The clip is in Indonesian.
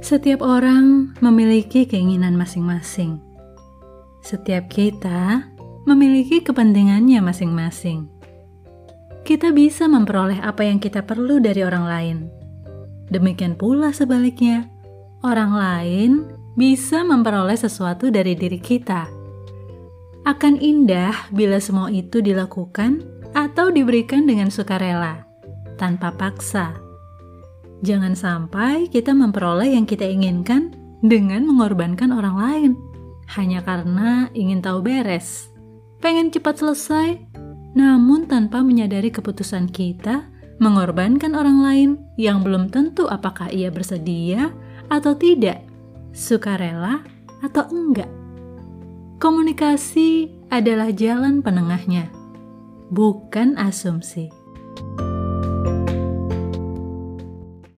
Setiap orang memiliki keinginan masing-masing. Setiap kita memiliki kepentingannya masing-masing. Kita bisa memperoleh apa yang kita perlu dari orang lain. Demikian pula sebaliknya, orang lain bisa memperoleh sesuatu dari diri kita. Akan indah bila semua itu dilakukan atau diberikan dengan sukarela, tanpa paksa. Jangan sampai kita memperoleh yang kita inginkan dengan mengorbankan orang lain, hanya karena ingin tahu beres, pengen cepat selesai, namun tanpa menyadari keputusan kita mengorbankan orang lain yang belum tentu apakah ia bersedia atau tidak, sukarela atau enggak. Komunikasi adalah jalan penengahnya, bukan asumsi.